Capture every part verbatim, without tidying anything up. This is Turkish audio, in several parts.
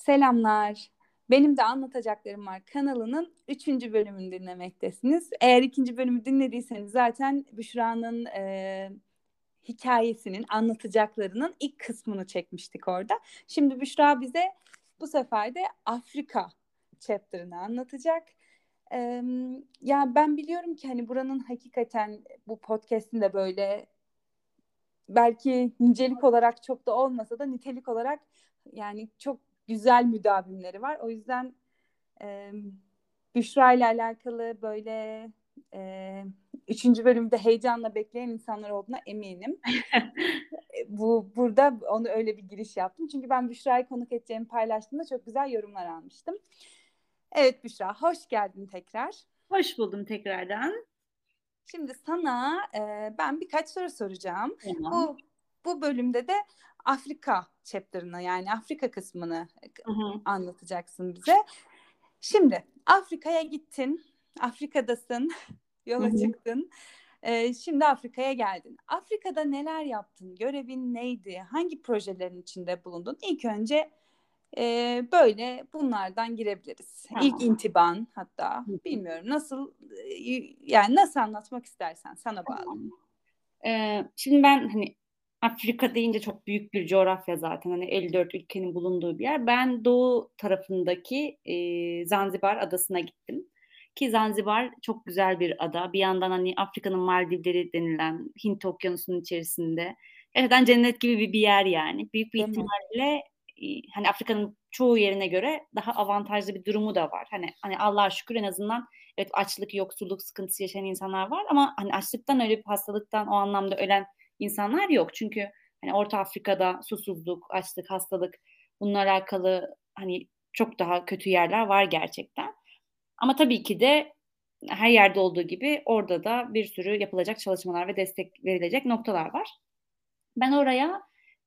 Selamlar. Benim de anlatacaklarım var kanalının üçüncü bölümünü dinlemektesiniz. Eğer ikinci bölümü dinlediyseniz zaten Büşra'nın e, hikayesinin, anlatacaklarının ilk kısmını çekmiştik orada. Şimdi Büşra bize bu sefer de Afrika chapter'ını anlatacak. E, Ya ben biliyorum ki hani buranın hakikaten bu podcast'in de böyle belki nicelik olarak çok da olmasa da nitelik olarak yani çok güzel müdavimleri var. O yüzden e, Büşra ile alakalı böyle e, üçüncü bölümde heyecanla bekleyen insanlar olduğuna eminim. E, Bu burada onu öyle bir giriş yaptım. Çünkü ben Büşra'yı konuk edeceğimi paylaştığımda çok güzel yorumlar almıştım. Evet Büşra, hoş geldin tekrar. Hoş buldum tekrardan. Şimdi sana e, ben birkaç soru soracağım. Tamam. Bu bu bölümde de Afrika chapter'ını yani Afrika kısmını Hı hı. anlatacaksın bize. Şimdi Afrika'ya gittin, Afrika'dasın, Hı yola hı. çıktın. E, şimdi Afrika'ya geldin. Afrika'da neler yaptın? Görevin neydi? Hangi projelerin içinde bulundun? İlk önce e, böyle bunlardan girebiliriz. İlk Tamam. intiban hatta Hı hı. bilmiyorum nasıl e, yani nasıl anlatmak istersen sana bağlı. Tamam. Ee, şimdi ben hani Afrika deyince çok büyük bir coğrafya zaten. Hani elli dört ülkenin bulunduğu bir yer. Ben doğu tarafındaki e, Zanzibar adasına gittim. Ki Zanzibar çok güzel bir ada. Bir yandan hani Afrika'nın Maldivleri denilen Hint Okyanusu'nun içerisinde. Gerçekten cennet gibi bir, bir yer yani. Büyük bir Değil mi? ihtimalle e, hani Afrika'nın çoğu yerine göre daha avantajlı bir durumu da var. Hani hani Allah'a şükür en azından evet açlık, yoksulluk sıkıntısı yaşayan insanlar var ama hani açlıktan ölüp hastalıktan o anlamda ölen insanlar yok. Çünkü hani Orta Afrika'da susuzluk, açlık, hastalık bununla alakalı hani çok daha kötü yerler var gerçekten. Ama tabii ki de her yerde olduğu gibi orada da bir sürü yapılacak çalışmalar ve destek verilecek noktalar var. Ben oraya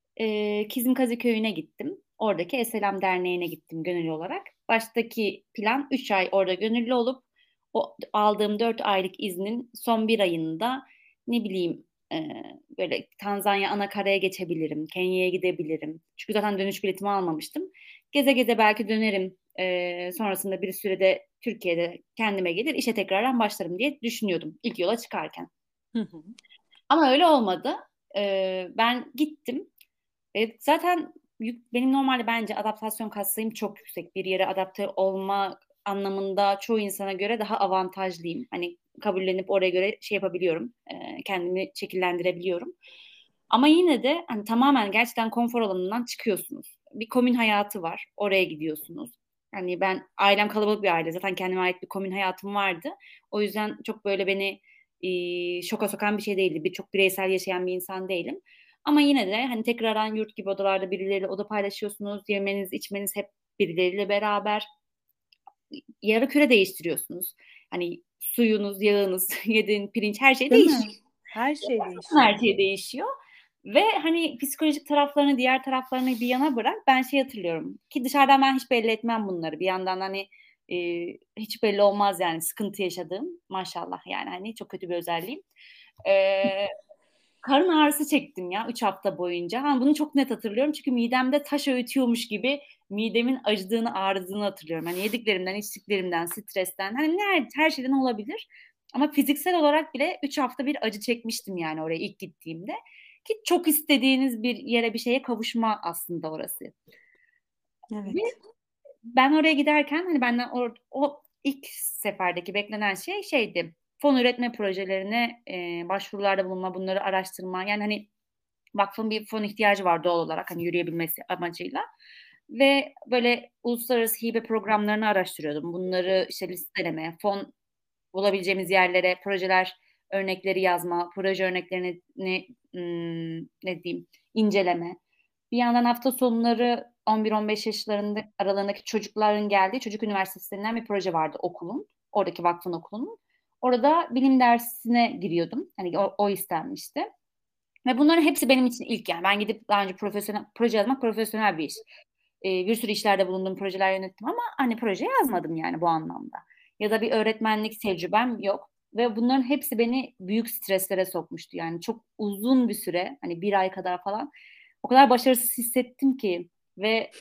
e, Kizimkazi Köyü'ne gittim. Oradaki Eselam Derneği'ne gittim gönüllü olarak. Baştaki plan üç ay orada gönüllü olup o aldığım dört aylık iznin son bir ayında ne bileyim e, böyle Tanzanya Anakara'ya geçebilirim, Kenya'ya gidebilirim. Çünkü zaten dönüş biletimi almamıştım. Geze geze belki dönerim. E, sonrasında bir sürede Türkiye'de kendime gelir, işe tekrardan başlarım diye düşünüyordum ilk yola çıkarken. Hı hı. Ama öyle olmadı. E, ben gittim. E, zaten yük- benim normalde bence adaptasyon kaslayım çok yüksek. Bir yere adapte olma anlamında çoğu insana göre daha avantajlıyım. Hani kabullenip oraya göre şey yapabiliyorum. E, kendimi şekillendirebiliyorum. Ama yine de hani tamamen gerçekten konfor alanından çıkıyorsunuz. Bir komün hayatı var. Oraya gidiyorsunuz. Hani ben ailem kalabalık bir aile. Zaten kendime ait bir komün hayatım vardı. O yüzden çok böyle beni e, şoka sokan bir şey değildi. Bir çok bireysel yaşayan bir insan değilim. Ama yine de hani tekrardan yurt gibi odalarda birileriyle oda paylaşıyorsunuz. Yemeniz, içmeniz hep birileriyle beraber. Yarı küre değiştiriyorsunuz. Hani suyunuz, yağınız, yediğin pirinç her şey Değil mi? değişiyor. Her şey Her değişiyor. şey değişiyor. Ve hani psikolojik taraflarını, diğer taraflarını bir yana bırak. Ben şey hatırlıyorum ki dışarıdan ben hiç belli etmem bunları. Bir yandan hani e, hiç belli olmaz yani sıkıntı yaşadığım. Maşallah yani hani çok kötü bir özelliğim. E, Karın ağrısı çektim ya üç hafta boyunca. Ha, bunu çok net hatırlıyorum çünkü midemde taş öğütüyormuş gibi midemin acıdığını, ağrıdığını hatırlıyorum. Hani yediklerimden, içtiklerimden, stresten, hani her, her şeyden olabilir. Ama fiziksel olarak bile üç hafta bir acı çekmiştim yani oraya ilk gittiğimde. Ki çok istediğiniz bir yere, bir şeye kavuşma aslında orası. Ve Evet. ben oraya giderken hani benden or, o ilk seferdeki beklenen şey şeydi. Fon üretme projelerine e, başvurularda bulunma, bunları araştırma. Yani hani vakfın bir fon ihtiyacı var doğal olarak hani yürüyebilmesi amacıyla. Ve böyle uluslararası hibe programlarını araştırıyordum. Bunları işte listeleme, fon bulabileceğimiz yerlere projeler örnekleri yazma, proje örneklerini ne, hmm, ne diyeyim inceleme. Bir yandan hafta sonları on bir on beş yaşlarında aralığındaki çocukların geldiği Çocuk Üniversitesi denilen bir proje vardı okulun. Oradaki vakfın okulunun. Orada bilim dersine giriyordum. Hani o, o istenmişti. Ve bunların hepsi benim için ilk yani. Ben gidip daha önce profesyonel proje yazmak profesyonel bir iş. Ee, bir sürü işlerde bulundum, projeler yönettim ama hani proje yazmadım yani bu anlamda. Ya da bir öğretmenlik tecrübem yok. Ve bunların hepsi beni büyük streslere sokmuştu. Yani çok uzun bir süre, hani bir ay kadar falan o kadar başarısız hissettim ki ve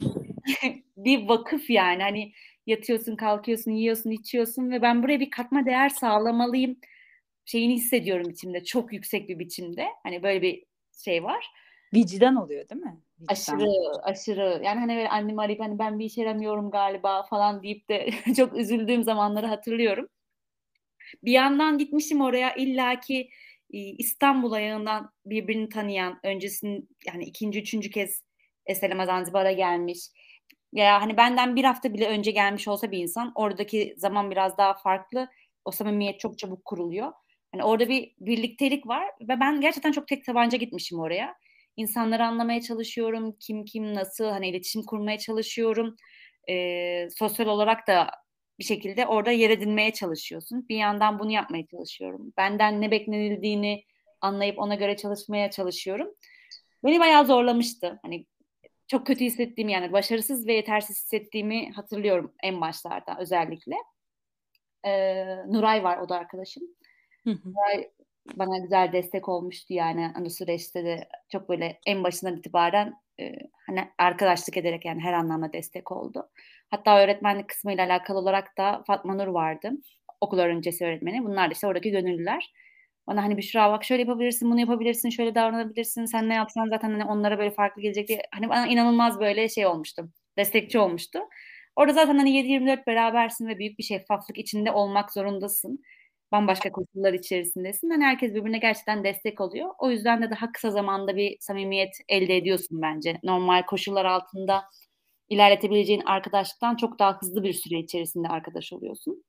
bir vakıf yani. Hani yatıyorsun, kalkıyorsun, yiyorsun, içiyorsun ve ben buraya bir katma değer sağlamalıyım şeyini hissediyorum içimde. Çok yüksek bir biçimde. Hani böyle bir şey var. Vicdan oluyor değil mi? Aşırı, Vicdan. aşırı. Yani hani böyle annemi arayıp hani ben bir işe yaramıyorum galiba falan deyip de çok üzüldüğüm zamanları hatırlıyorum. Bir yandan gitmişim oraya illaki e, İstanbul ayağından birbirini tanıyan, öncesinin yani ikinci, üçüncü kez Eseleme Zanzibar'a gelmiş. Ya hani benden bir hafta bile önce gelmiş olsa bir insan oradaki zaman biraz daha farklı. O samimiyet çok çabuk kuruluyor. Hani orada bir birliktelik var ve ben gerçekten çok tek tabanca gitmişim oraya. İnsanları anlamaya çalışıyorum. Kim kim nasıl hani iletişim kurmaya çalışıyorum. Ee, sosyal olarak da bir şekilde orada yer edinmeye çalışıyorsun. Bir yandan bunu yapmaya çalışıyorum. Benden ne beklenildiğini anlayıp ona göre çalışmaya çalışıyorum. Beni bayağı zorlamıştı. Hani çok kötü hissettiğimi yani başarısız ve yetersiz hissettiğimi hatırlıyorum en başlarda özellikle. Ee, Nuray var o da arkadaşım. Hı hı. Nuray bana güzel destek olmuştu yani hani süreçte de çok böyle en başından itibaren e, hani arkadaşlık ederek yani her anlamda destek oldu. Hatta öğretmenlik kısmıyla alakalı olarak da Fatma Nur vardı. Okul öğrencisi öğretmeni. Bunlar da işte oradaki gönüllüler. Bana hani Büşra bak şöyle yapabilirsin, bunu yapabilirsin, şöyle davranabilirsin. Sen ne yapsan zaten hani onlara böyle farklı gelecek diye. Hani bana inanılmaz böyle şey olmuştu. Destekçi olmuştu. Orada zaten hani yedi yirmi dört berabersin ve büyük bir şeffaflık içinde olmak zorundasın. Bambaşka koşullar içerisindesin. Hani herkes birbirine gerçekten destek oluyor. O yüzden de daha kısa zamanda bir samimiyet elde ediyorsun bence. Normal koşullar altında ilerletebileceğin arkadaşlıktan çok daha hızlı bir süre içerisinde arkadaş oluyorsun.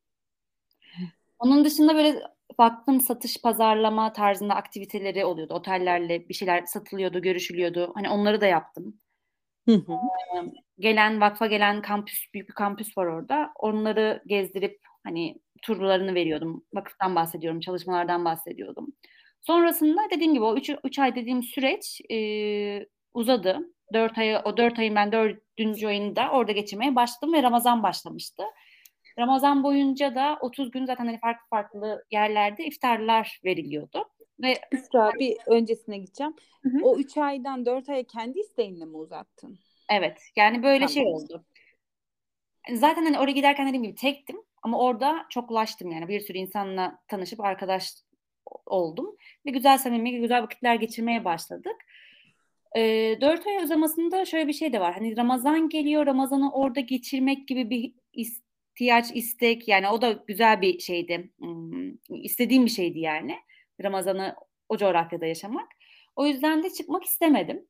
Onun dışında böyle baktım satış, pazarlama tarzında aktiviteleri oluyordu. Otellerle bir şeyler satılıyordu, görüşülüyordu. Hani onları da yaptım. Hı hı. Gelen vakfa gelen kampüs, büyük bir kampüs var orada. Onları gezdirip hani turlarını veriyordum. Vakıftan bahsediyorum, çalışmalardan bahsediyordum. Sonrasında dediğim gibi o üç, üç ay dediğim süreç e, uzadı. Dört ayı, o dört ayın ben dördüncü ayını da orada geçirmeye başladım ve Ramazan başlamıştı. Ramazan boyunca da otuz gün zaten hani farklı farklı yerlerde iftarlar veriliyordu. Ve Büşra, bir öncesine gideceğim. hı hı, O üç aydan dört aya kendi isteğinle mi uzattın? evet yani böyle şey Tamam. oldu. Zaten hani oraya giderken dediğim gibi tektim ama orada çoklaştım yani bir sürü insanla tanışıp arkadaş oldum ve güzel samimi güzel vakitler geçirmeye başladık. Ee, dört ay uzamasında şöyle bir şey de var. Hani Ramazan geliyor, Ramazan'ı orada geçirmek gibi bir ihtiyaç, istek yani o da güzel bir şeydi. Hmm, istediğim bir şeydi yani. Ramazan'ı o coğrafyada yaşamak. O yüzden de çıkmak istemedim.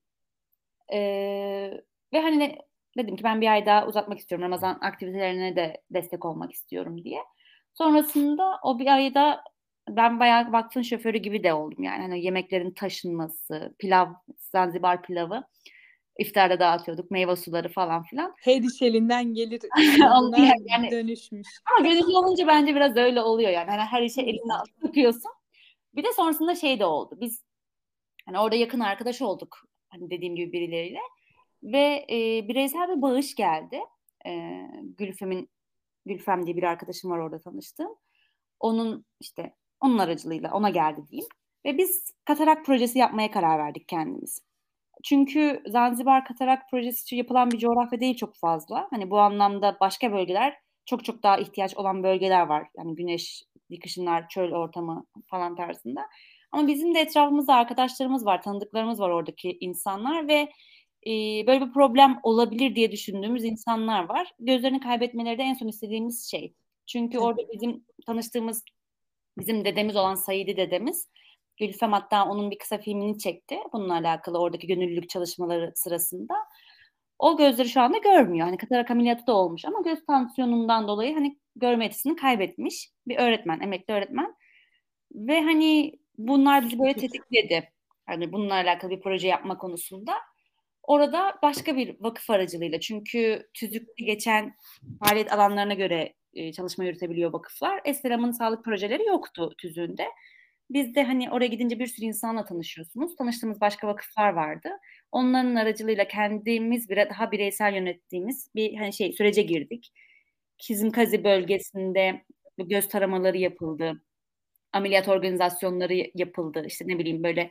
Ee, ve hani ne- dedim ki ben bir ay daha uzatmak istiyorum. Ramazan aktivitelerine de destek olmak istiyorum diye. Sonrasında o bir ayda ben bayağı vakfın şoförü gibi de oldum yani. Hani yemeklerin taşınması, pilav, Zanzibar pilavı iftarda dağıtıyorduk. Meyve suları falan filan. Her iş elinden gelir Onu moduna yani dönüşmüş. ama gönüllü olunca bence biraz öyle oluyor yani. Hani her işe Ne eline güzel. tutuyorsun. Bir de sonrasında şey de oldu. Biz hani orada yakın arkadaş olduk. Hani dediğim gibi birileriyle. Ve e, bireysel bir bağış geldi. E, Gülfem'in Gülfem diye bir arkadaşım var orada tanıştığım. Onun işte onun aracılığıyla ona geldi diyeyim. Ve biz katarak projesi yapmaya karar verdik kendimiz. Çünkü Zanzibar katarak projesi için yapılan bir coğrafya değil çok fazla. Hani bu anlamda başka bölgeler çok çok daha ihtiyaç olan bölgeler var. Yani güneş, kışınlar, çöl ortamı falan tarzında. Ama bizim de etrafımızda arkadaşlarımız var, tanıdıklarımız var oradaki insanlar ve e, böyle bir problem olabilir diye düşündüğümüz insanlar var. Gözlerini kaybetmeleri de en son istediğimiz şey. Çünkü orada Tabii. bizim tanıştığımız bizim dedemiz olan Saidi dedemiz Gülfem hatta onun bir kısa filmini çekti. Bununla alakalı oradaki gönüllülük çalışmaları sırasında. O gözleri şu anda görmüyor. Hani katarak ameliyatı da olmuş ama göz tansiyonundan dolayı hani görme yetisini kaybetmiş bir öğretmen, emekli öğretmen. Ve hani bunlar bizi böyle tetikledi. Hani bununla alakalı bir proje yapma konusunda. Orada başka bir vakıf aracılığıyla çünkü tüzükte geçen faaliyet alanlarına göre e, çalışma yürütebiliyor vakıflar. Esselam'ın sağlık projeleri yoktu tüzüğünde. Biz de hani oraya gidince bir sürü insanla tanışıyorsunuz. Tanıştığımız başka vakıflar vardı. Onların aracılığıyla kendimiz bire, daha bireysel yönettiğimiz bir hani şey sürece girdik. Kizimkazi bölgesinde göz taramaları yapıldı. Ameliyat organizasyonları yapıldı. İşte ne bileyim böyle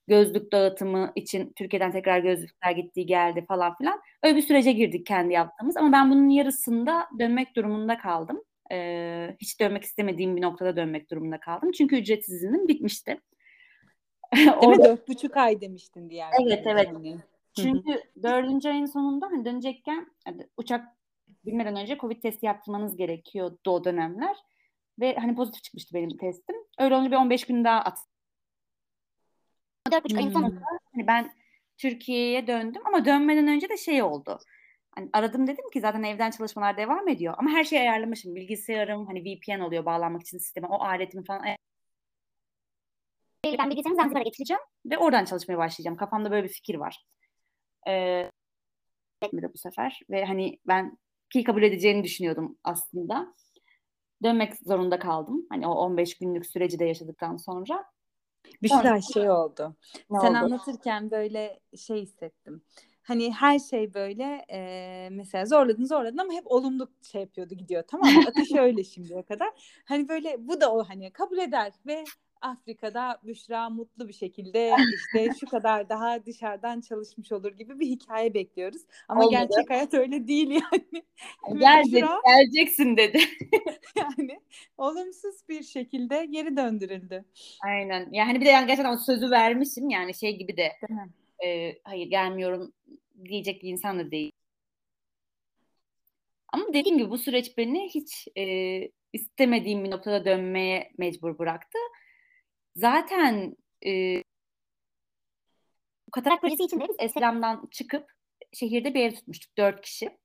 gözlük dağıtımı için Türkiye'den tekrar gözlükler gittiği geldi falan filan. Öyle bir sürece girdik kendi yaptığımız. Ama ben bunun yarısında dönmek durumunda kaldım. Ee, hiç dönmek istemediğim bir noktada dönmek durumunda kaldım. Çünkü ücretsiz iznim bitmişti. Değil mi? Orada, Dört buçuk ay demiştin diğer evet birine de evet. hani. Hı hı. Çünkü dördüncü ayın sonunda hani dönecekken hani uçak binmeden önce Covid testi yaptırmanız gerekiyordu o dönemler. Ve hani pozitif çıkmıştı benim testim. Öyle olunca bir on beş gün daha at. Dört buçuk ayın sonunda Hmm. hani ben Türkiye'ye döndüm ama dönmeden önce de şey oldu. Hani aradım, dedim ki zaten evden çalışmalar devam ediyor. Ama her şeyi ayarlamışım. Bilgisayarım hani V P N oluyor bağlanmak için sisteme. O aletimi falan ayar- ben bilgisayarımı Zanzibar'a getireceğim ve oradan çalışmaya başlayacağım. Kafamda böyle bir fikir var. Ee, etmedi bu sefer ve hani ben ki kabul edeceğini düşünüyordum aslında. Dönmek zorunda kaldım. Hani o on beş günlük süreci de yaşadıktan sonra. Sonra Büşra şey oldu. ne Sen oldu? anlatırken böyle şey hissettim. Hani her şey böyle e, mesela zorladın zorladın ama hep olumlu şey yapıyordu gidiyor, tamam mı? Akış öyle şimdiye kadar. Hani böyle bu da o hani kabul eder ve Afrika'da Büşra mutlu bir şekilde işte şu kadar daha dışarıdan çalışmış olur gibi bir hikaye bekliyoruz. Ama Olmadı. gerçek hayat öyle değil yani. Ve Gel dedi, Büşra geleceksin dedi. yani olumsuz bir şekilde geri döndürüldü. Aynen. Yani bir de yani gerçekten o sözü vermişim. Yani şey gibi de Değil mi? e, hayır gelmiyorum diyecek bir insan da değil. Ama dediğim gibi bu süreç beni hiç e, istemediğim bir noktada dönmeye mecbur bıraktı. Zaten e, bu katarak projesi için de biz Esselam'dan çıkıp şehirde bir ev tutmuştuk. Dört kişi.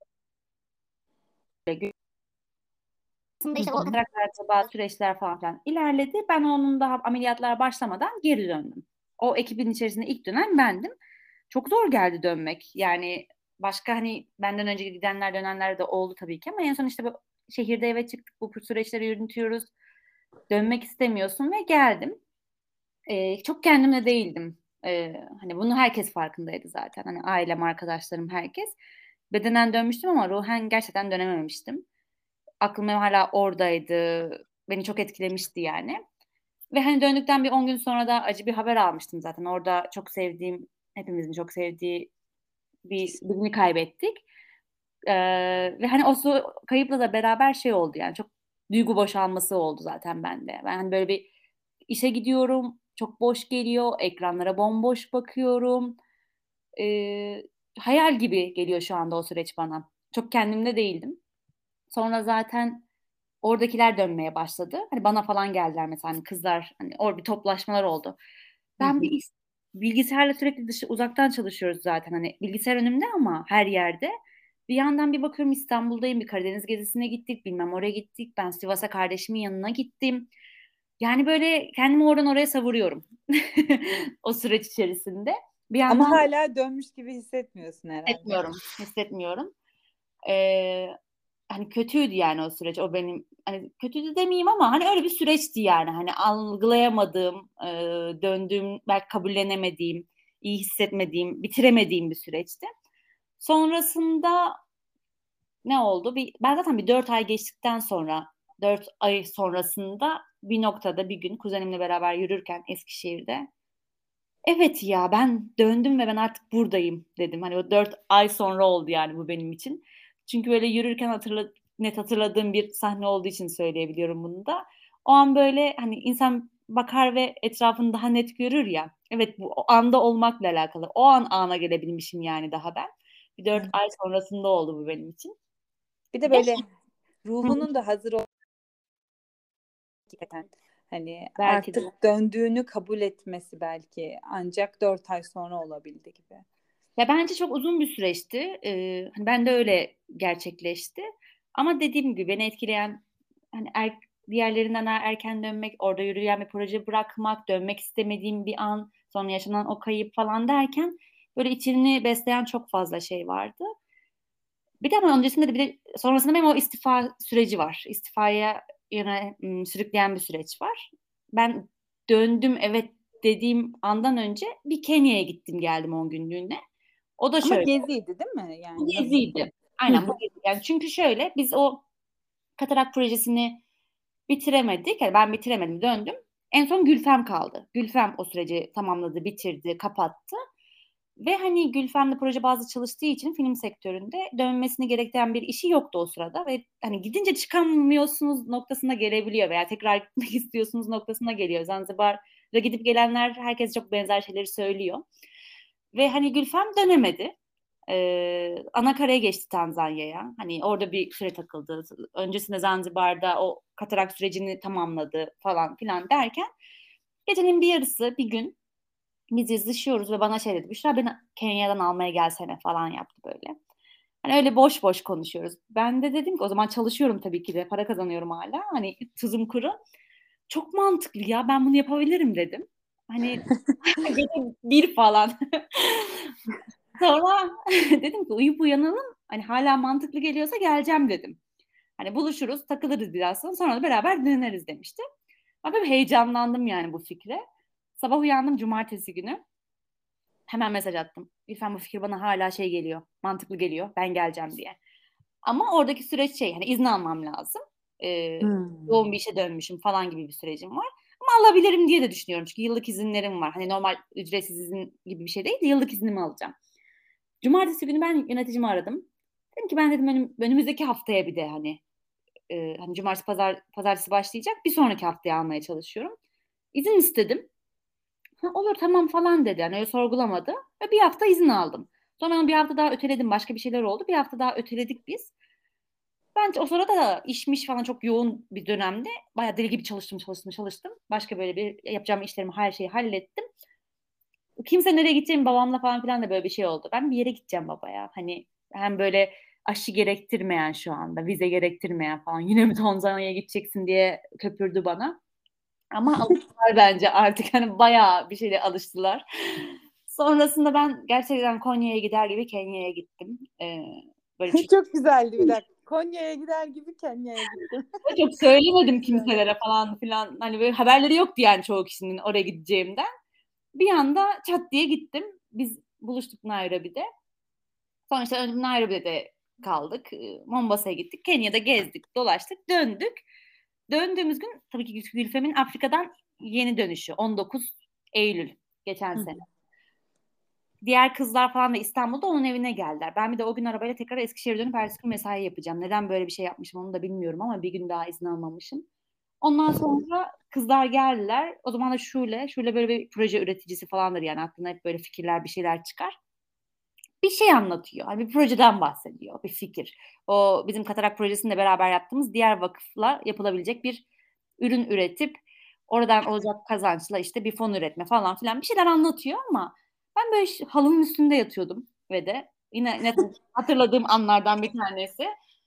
Aslında Hı işte o hı. katarak bazı süreçler falan filan ilerledi. Ben onun daha ameliyatlara başlamadan geri döndüm. O ekibin içerisinde ilk dönen bendim. Çok zor geldi dönmek. Yani başka hani benden önce gidenler dönenler de oldu tabii ki ama en son işte bu şehirde eve çıktık, bu süreçleri yürütüyoruz. Dönmek istemiyorsun ve geldim. Ee, çok kendimle değildim. Ee, hani bunu herkes farkındaydı zaten. Hani ailem, arkadaşlarım, herkes. Bedenen dönmüştüm ama ruhen gerçekten dönememiştim. Aklım hala oradaydı. Beni çok etkilemişti yani. Ve hani döndükten bir on gün sonra da acı bir haber almıştım zaten. Orada çok sevdiğim, hepimizin çok sevdiği bir birini kaybettik. Ee, ve hani o su kayıpla da beraber şey oldu yani çok duygu boşalması oldu zaten bende. Ben hani böyle bir işe gidiyorum, çok boş geliyor, ekranlara bomboş bakıyorum. Ee, hayal gibi geliyor şu anda o süreç bana. Çok kendimde değildim. Sonra zaten oradakiler dönmeye başladı. Hani bana falan geldiler mesela hani kızlar hani orada bir toplaşmalar oldu. Hı Ben bir hı. is- bilgisayarla sürekli dışı uzaktan çalışıyoruz zaten hani bilgisayar önümde ama her yerde. Bir yandan bir bakıyorum İstanbul'dayım, bir Karadeniz gezisine gittik, bilmem oraya gittik. Ben Sivas'a kardeşimin yanına gittim. Yani böyle kendimi oradan oraya savuruyorum o süreç içerisinde. Bir Ama yandan hala dönmüş gibi hissetmiyorsun herhalde. hissetmiyorum, hissetmiyorum. Ee, hani kötüydü yani o süreç. O benim hani kötüydü demeyeyim ama hani öyle bir süreçti yani. Hani algılayamadığım, e, döndüğüm, belki kabullenemediğim, iyi hissetmediğim, bitiremediğim bir süreçti. Sonrasında ne oldu? Bir, ben zaten bir dört ay geçtikten sonra, dört ay sonrasında bir noktada bir gün kuzenimle beraber yürürken Eskişehir'de evet ya ben döndüm ve ben artık buradayım dedim. Hani o dört ay sonra oldu yani bu benim için. Çünkü böyle yürürken hatırla, net hatırladığım bir sahne olduğu için söyleyebiliyorum bunu da. O an böyle hani insan bakar ve etrafını daha net görür ya. Evet bu o anda olmakla alakalı. O an ana gelebilmişim yani daha ben. Bir dört Evet. ay sonrasında oldu bu benim için. Bir de Ve böyle hı, ruhunun da hazır ol hakikaten. Hani belki de. artık döndüğünü kabul etmesi belki ancak dört ay sonra olabildi gibi. Ya bence çok uzun bir süreçti. Ee, hani ben de öyle gerçekleşti. Ama dediğim gibi beni etkileyen hani er, diğerlerinden er- erken dönmek, orada yürüyen bir proje bırakmak, dönmek istemediğim bir an, sonra yaşanan o kayıp falan derken böyle içini besleyen çok fazla şey vardı. Bir de ama öncesinde de bir de sonrasında benim o istifa süreci var. İstifaya yöne m, sürükleyen bir süreç var. Ben döndüm evet dediğim andan önce bir Kenya'ya gittim geldim on günlüğüne. O da Ama şöyle. geziydi değil mi? Bu Yani nasıl? geziydi. Hı Aynen bu hı. gezi. Yani çünkü şöyle biz o katarak projesini bitiremedik. Yani ben bitiremedim döndüm. En son Gülfem kaldı. Gülfem o süreci tamamladı, bitirdi, kapattı. Ve hani Gülfem'de proje bazlı çalıştığı için film sektöründe dönmesini gerektiren bir işi yoktu o sırada. Ve hani gidince çıkamıyorsunuz noktasına gelebiliyor veya tekrar gitmek istiyorsunuz noktasına geliyor. Zanzibar'a gidip gelenler herkes çok benzer şeyleri söylüyor. Ve hani Gülfem dönemedi. Ee, Anakara'ya geçti Tanzanya'ya. Hani orada bir süre takıldı. Öncesinde Zanzibar'da o katarak sürecini tamamladı falan filan derken gecenin bir yarısı bir gün biz yazışıyoruz ve bana şey dedi. Büşra beni Kenya'dan almaya gelsene falan yaptı böyle. Hani öyle boş boş konuşuyoruz. Ben de dedim ki o zaman çalışıyorum tabii ki de para kazanıyorum hala. Hani tuzum kuru. Çok mantıklı ya ben bunu yapabilirim dedim. Hani gece bir falan. Sonra dedim ki uyup uyanalım. Hani hala mantıklı geliyorsa geleceğim dedim. Hani buluşuruz, takılırız biraz sonra. Sonra da beraber dinleriz demişti. Ben böyle heyecanlandım yani bu fikre. Sabah uyandım cumartesi günü. Hemen mesaj attım. Lütfen bu fikir bana hala şey geliyor. Mantıklı geliyor. Ben geleceğim diye. Ama oradaki süreç şey hani izin almam lazım. Ee, yoğun Hmm. bir işe dönmüşüm falan gibi bir sürecim var. Ama alabilirim diye de düşünüyorum. Çünkü yıllık izinlerim var. Hani normal ücretsiz izin gibi bir şey değil de yıllık iznimi alacağım. Cumartesi günü ben yöneticimi aradım. Dedim ki ben dedim önüm, önümüzdeki haftaya bir de hani e, hani cumartesi pazar pazartesi başlayacak bir sonraki haftaya almaya çalışıyorum. İzin istedim. Ha, olur tamam falan dedi. Yani öyle sorgulamadı. Ve bir hafta izin aldım. Sonra onu bir hafta daha öteledim. Başka bir şeyler oldu. Bir hafta daha öteledik biz. Ben o sırada da işmiş falan çok yoğun bir dönemde. Bayağı deli gibi çalıştım çalıştım çalıştım. Başka böyle bir yapacağım işlerimi her şeyi hallettim. Kimse nereye gideceğim babamla falan filan da böyle bir şey oldu. Ben bir yere gideceğim babaya. Hani hem böyle aşı gerektirmeyen şu anda vize gerektirmeyen falan. Yine mi Tanzanya'ya gideceksin diye köpürdü bana. Ama alıştılar bence artık hani bayağı bir şeyle alıştılar. Sonrasında ben gerçekten Konya'ya gider gibi Kenya'ya gittim. Ee, böyle çok, Çok güzeldi bir dakika. Konya'ya gider gibi Kenya'ya gittim. çok söylemedim Güzel. kimselere falan filan. Hani böyle haberleri yoktu yani çoğu kişinin oraya gideceğimden. Bir anda çat diye gittim. Biz buluştuk Nairobi'de. Sonra işte Nairobi'de kaldık. Ee, Mombasa'ya gittik. Kenya'da gezdik, dolaştık, döndük. Döndüğümüz gün tabii ki Gülfem'in Afrika'dan yeni dönüşü. on dokuz Eylül geçen Hı. sene. Diğer kızlar falan da İstanbul'da onun evine geldiler. Ben bir de o gün arabayla tekrar Eskişehir'e dönüp ertesi gün mesai yapacağım. Neden böyle bir şey yapmışım onu da bilmiyorum ama bir gün daha izin almamışım. Ondan sonra kızlar geldiler. O zaman da Şule, Şule böyle bir proje üreticisi falandır yani aklına hep böyle fikirler bir şeyler çıkar. Bir şey anlatıyor. Hani bir projeden bahsediyor, bir fikir. O bizim Katarak projesinde beraber yaptığımız diğer vakıfla yapılabilecek bir ürün üretip oradan olacak kazançla işte bir fon üretme falan filan bir şeyler anlatıyor ama ben böyle halının üstünde yatıyordum ve de yine net hatırladığım anlardan bir tanesi.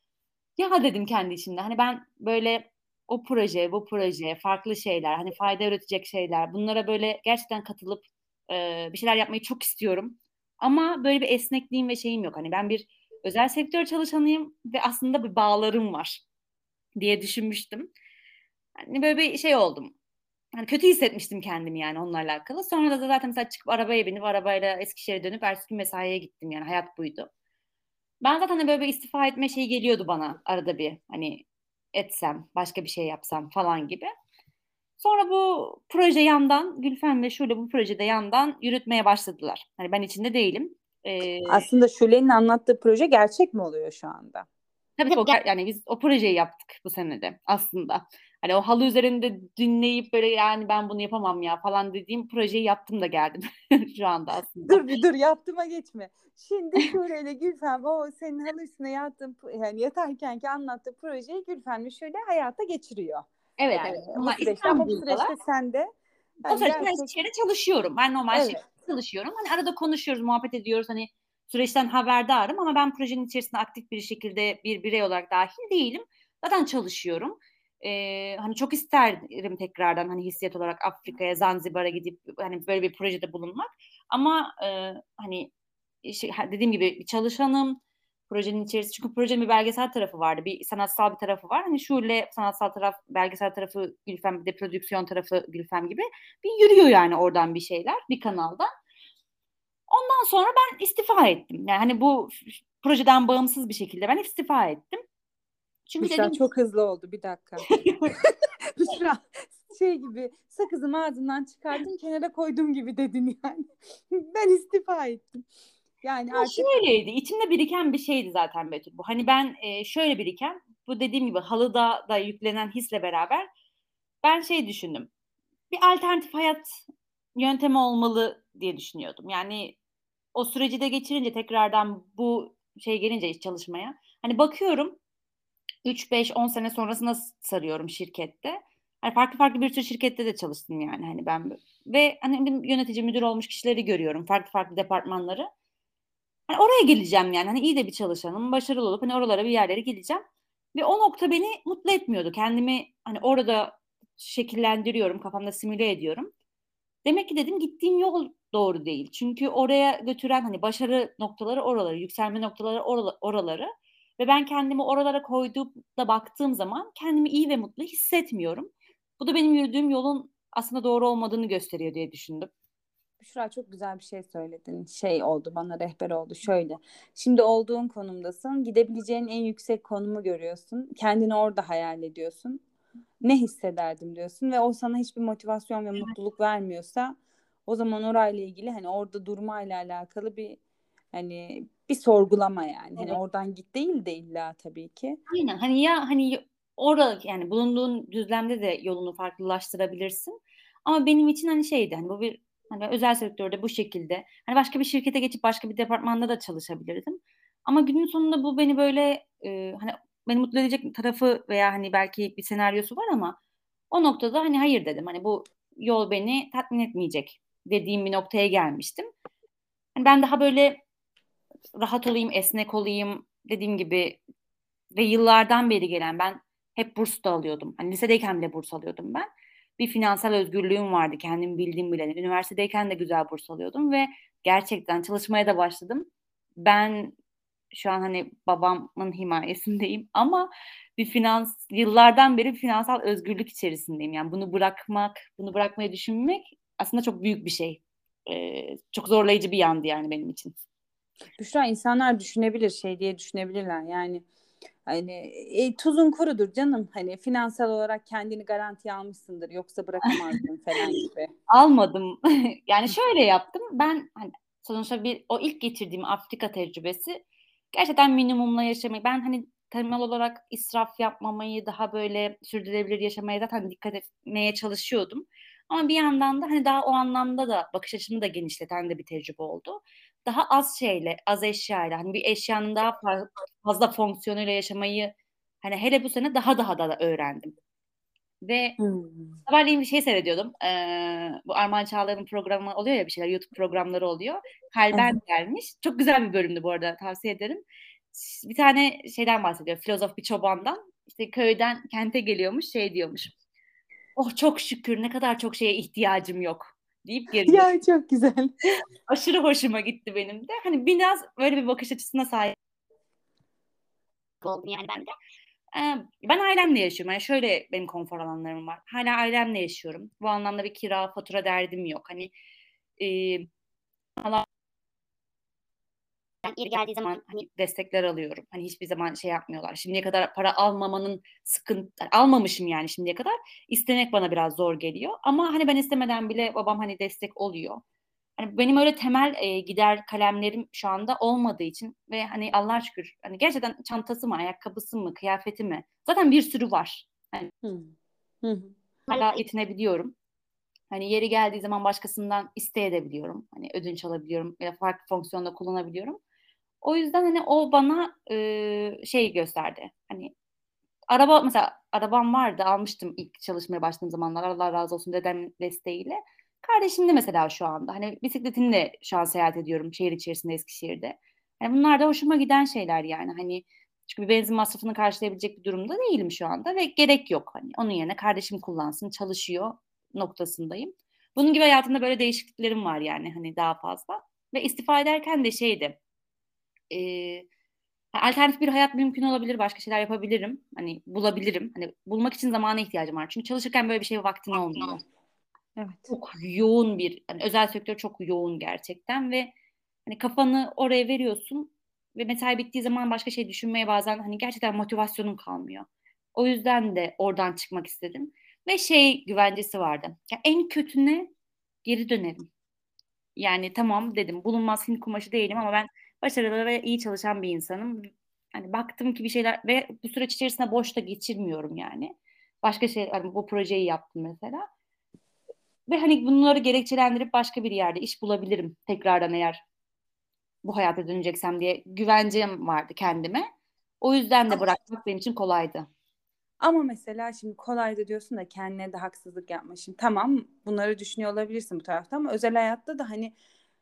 Ya dedim kendi içimde hani ben böyle o proje, bu proje, farklı şeyler, hani fayda üretecek şeyler bunlara böyle gerçekten katılıp e, bir şeyler yapmayı çok istiyorum. Ama böyle bir esnekliğim ve şeyim yok. Hani ben bir özel sektör çalışanıyım ve aslında bir bağlarım var diye düşünmüştüm. Hani böyle bir şey oldum. Hani kötü hissetmiştim kendimi yani onunla alakalı. Sonra da zaten mesela çıkıp arabaya binip arabayla Eskişehir'e dönüp ertesi gün mesaiye gittim yani hayat buydu. Ben zaten hani böyle bir istifa etme şeyi geliyordu bana arada bir hani etsem başka bir şey yapsam falan gibi. Sonra bu proje yandan Gülfem ve Şule bu projede yandan yürütmeye başladılar. Hani ben içinde değilim. Ee, Aslında Şule'nin anlattığı proje gerçek mi oluyor şu anda? tabii tabii o, yani biz o projeyi yaptık bu senede aslında. Hani o halı üzerinde dinleyip böyle yani ben bunu yapamam ya falan dediğim projeyi yaptım da geldim şu anda aslında. Dur bir dur yaptıma geçme. Şimdi Şule ile Gülfem o senin halı üstüne yattığın yani yatarkenki anlattığı projeyi Gülfem'le şöyle hayata geçiriyor. Evet Yani evet. bu Onlar süreçte ama bu İstanbul'dalar. süreçte sen de O yani süreçte ben gerçek Eskişehir'de çalışıyorum. Ben normal evet. şirkette çalışıyorum. Hani arada konuşuyoruz, muhabbet ediyoruz. Hani süreçten haberdarım ama ben projenin içerisinde aktif bir şekilde bir birey olarak dahil değilim. Zaten çalışıyorum. Ee, hani çok isterim tekrardan hani hissiyat olarak Afrika'ya, Zanzibar'a gidip hani böyle bir projede bulunmak. Ama e, hani şey, dediğim gibi bir çalışanım. Projenin içerisinde çünkü projenin bir belgesel tarafı vardı. Bir sanatsal bir tarafı var. Hani şöyle sanatsal taraf, belgesel tarafı Gülfem bir de prodüksiyon tarafı Gülfem gibi bir yürüyor yani oradan bir şeyler bir kanalda. Ondan sonra ben istifa ettim. Yani hani bu projeden bağımsız bir şekilde ben istifa ettim. Çünkü Büşra dedim çok hızlı oldu bir dakika. Büşra şey gibi, sakızımı ağzımdan çıkardım kenara koydum gibi dedin yani. Ben istifa ettim. Yani Ama artık şöyleydi. İçimde biriken bir şeydi zaten Betül bu. Hani ben e, şöyle biriken, bu dediğim gibi halıda da yüklenen hisle beraber ben şey düşündüm. Bir alternatif hayat yöntemi olmalı diye düşünüyordum. Yani o süreci de geçirince tekrardan bu şey gelince iş çalışmaya. Hani bakıyorum üç beş on sene sonrasına sarıyorum şirkette. Hani farklı farklı bir sürü şirkette de çalıştım yani hani ben ve hani bir yönetici müdür olmuş kişileri görüyorum. Farklı farklı departmanları. Hani oraya geleceğim yani. Hani iyi de bir çalışanım, başarılı olup hani oralara bir yerlere geleceğim. Ve o nokta beni mutlu etmiyordu. Kendimi hani orada şekillendiriyorum, kafamda simüle ediyorum. Demek ki dedim gittiğim yol doğru değil. Çünkü oraya götüren hani başarı noktaları oraları, yükselme noktaları orala- oraları. Ve ben kendimi oralara koyduğumda baktığım zaman kendimi iyi ve mutlu hissetmiyorum. Bu da benim yürüdüğüm yolun aslında doğru olmadığını gösteriyor diye düşündüm. Büşra çok güzel bir şey söyledin. Şey oldu bana rehber oldu şöyle. Şimdi olduğun konumdasın. Gidebileceğin en yüksek konumu görüyorsun. Kendini orada hayal ediyorsun. Ne hissederdim diyorsun ve o sana hiçbir motivasyon ve mutluluk vermiyorsa o zaman orayla ilgili hani orada durmayla alakalı bir hani bir sorgulama yani. Hani Evet. oradan git değil de illa tabii ki. Aynen hani ya hani orada yani bulunduğun düzlemde de yolunu farklılaştırabilirsin. Ama benim için hani şeydi hani bu bir hani özel sektörde bu şekilde hani başka bir şirkete geçip başka bir departmanda da çalışabilirdim. Ama günün sonunda bu beni böyle e, hani beni mutlu edecek tarafı veya hani belki bir senaryosu var ama o noktada hani hayır dedim. Hani bu yol beni tatmin etmeyecek dediğim bir noktaya gelmiştim. Hani ben daha böyle rahat olayım, esnek olayım dediğim gibi ve yıllardan beri gelen ben hep burs da alıyordum. Hani lisedeyken bile burs alıyordum ben. Bir finansal özgürlüğüm vardı kendim bildiğim bileli. Üniversitedeyken de güzel burs alıyordum ve gerçekten çalışmaya da başladım. Ben şu an hani babamın himayesindeyim ama bir finans yıllardan beri bir finansal özgürlük içerisindeyim. Yani bunu bırakmak, bunu bırakmayı düşünmek aslında çok büyük bir şey. Ee, çok zorlayıcı bir yandı yani benim için. Büşra insanlar düşünebilir şey diye düşünebilirler yani hani e, tuzun kurudur canım hani finansal olarak kendini garantiye almışsındır yoksa bırakamazdın falan gibi. Almadım. Yani şöyle yaptım. Ben hani sonuçta bir o ilk geçirdiğim Afrika tecrübesi gerçekten minimumla yaşamayı ben hani temel olarak israf yapmamayı daha böyle sürdürülebilir yaşamaya zaten dikkat etmeye çalışıyordum. Ama bir yandan da hani daha o anlamda da bakış açımı da genişleten de bir tecrübe oldu. Daha az şeyle, az eşyayla hani bir eşyanın daha fa- fazla fonksiyonuyla yaşamayı hani hele bu sene daha daha da öğrendim. Ve Hmm. sabahleyin bir şey seyrediyordum. Ee, bu Armağan Çağlayan'ın programı oluyor ya bir şeyler YouTube programları oluyor. Evet. Kalben gelmiş. Çok güzel bir bölümdü bu arada tavsiye ederim. Bir tane şeyden bahsediyor. Filozof bir çobandan. İşte köyden kente geliyormuş şey diyormuş. Oh çok şükür ne kadar çok şeye ihtiyacım yok deyip geri dönüyor. Ya çok güzel. Aşırı hoşuma gitti benim de. Hani biraz böyle bir bakış açısına sahip oldum yani ben de. Ee, ben ailemle yaşıyorum. Yani şöyle benim konfor alanlarım var. Hala ailemle yaşıyorum. Bu anlamda bir kira, fatura derdim yok. Hani e, yeri geldiği zaman hani destekler alıyorum. Hani hiçbir zaman şey yapmıyorlar. Şimdiye kadar para almamanın sıkıntı almamışım yani şimdiye kadar. İstemek bana biraz zor geliyor. Ama hani ben istemeden bile babam hani destek oluyor. Hani benim öyle temel e, gider kalemlerim şu anda olmadığı için ve hani Allah'a şükür hani gerçekten çantası mı, ayakkabısı mı, kıyafeti mi? Zaten bir sürü var. Hani Hı. Hı. hala yetinebiliyorum. Hani yeri geldiği zaman başkasından isteyebiliyorum. Hani ödünç alabiliyorum ya da farklı fonksiyonda kullanabiliyorum. O yüzden hani o bana e, şey gösterdi. Hani araba mesela arabam vardı almıştım ilk çalışmaya başladığım zamanlar Allah razı olsun dedem desteğiyle. Kardeşim de mesela şu anda hani bisikletimle şu an seyahat ediyorum şehir içerisinde Eskişehir'de. Hani bunlar da hoşuma giden şeyler yani hani çünkü bir benzin masrafını karşılayabilecek bir durumda değilim şu anda ve gerek yok hani onun yerine kardeşim kullansın çalışıyor noktasındayım. Bunun gibi hayatımda böyle değişikliklerim var yani hani daha fazla ve istifa ederken de şeydi e, alternatif bir hayat mümkün olabilir. Başka şeyler yapabilirim. Hani bulabilirim. Hani bulmak için zamana ihtiyacım var. Çünkü çalışırken böyle bir şeye vaktin olmuyor. Evet. Çok yoğun bir, hani özel sektör çok yoğun gerçekten ve hani kafanı oraya veriyorsun ve mesai bittiği zaman başka şey düşünmeye bazen hani gerçekten motivasyonun kalmıyor. O yüzden de oradan çıkmak istedim. Ve şey güvencesi vardı. Ya en kötüne geri dönerim. Yani tamam dedim, bulunmaz Hint kumaşı değilim ama ben başarılı ve iyi çalışan bir insanım. Hani baktım ki bir şeyler ve bu süreç içerisinde boş da geçirmiyorum yani. Başka şey, hani bu projeyi yaptım mesela. Ve hani bunları gerekçelendirip başka bir yerde iş bulabilirim tekrardan eğer bu hayata döneceksem diye güvencem vardı kendime. O yüzden de bırakmak benim için kolaydı. Ama mesela şimdi kolay da diyorsun da kendine de haksızlık yapma. Şimdi tamam, bunları düşünüyor olabilirsin bu tarafta ama özel hayatta da hani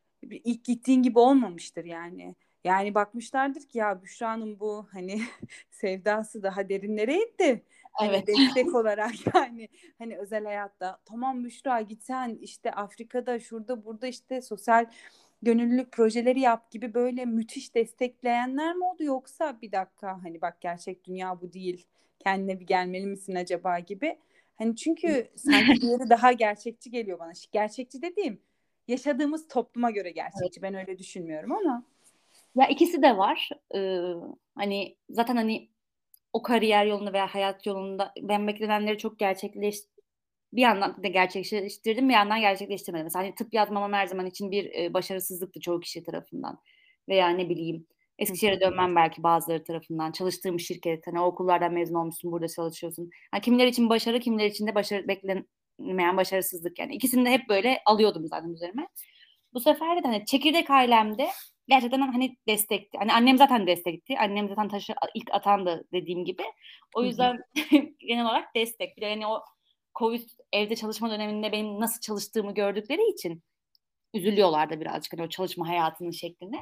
ilk gittiğin gibi olmamıştır yani. Yani bakmışlardır ki ya Büşra'nın bu hani sevdası daha derinlere itti. Hani Evet. destek olarak yani hani özel hayatta tamam Büşra git sen işte Afrika'da şurada burada işte sosyal gönüllülük projeleri yap gibi böyle müthiş destekleyenler mi oldu, yoksa bir dakika hani bak gerçek dünya bu değil, kendine bir gelmeli misin acaba gibi. Hani çünkü sanki diğeri daha gerçekçi geliyor bana. Gerçekçi dediğim yaşadığımız topluma göre Evet. gerçekçi. Ben öyle düşünmüyorum ama. Ya ikisi de var. Ee, hani zaten hani o kariyer yolunda veya hayat yolunda ben beklenenleri çok gerçekleş bir yandan da gerçekleştirdim, bir yandan gerçekleştirmedim. Mesela hani tıp yazmamam her zaman için bir e, başarısızlıktı çoğu kişi tarafından. Veya ne bileyim Hı Eskişehir'e hı. dönmem belki bazıları tarafından. Çalıştığım şirket, hani o okullardan mezun olmuşsun, burada çalışıyorsun. Yani kimileri için başarı, kimileri için de başarı beklenmeyen başarısızlık yani. İkisini de hep böyle alıyordum zaten üzerime. Bu sefer de hani çekirdek ailemde gerçekten hani destekti. Hani annem zaten destekti. Annem zaten taşı ilk atandı dediğim gibi. O Hı hı. yüzden genel olarak destek. Bir de hani o Covid evde çalışma döneminde benim nasıl çalıştığımı gördükleri için üzülüyorlardı birazcık hani o çalışma hayatının şekline.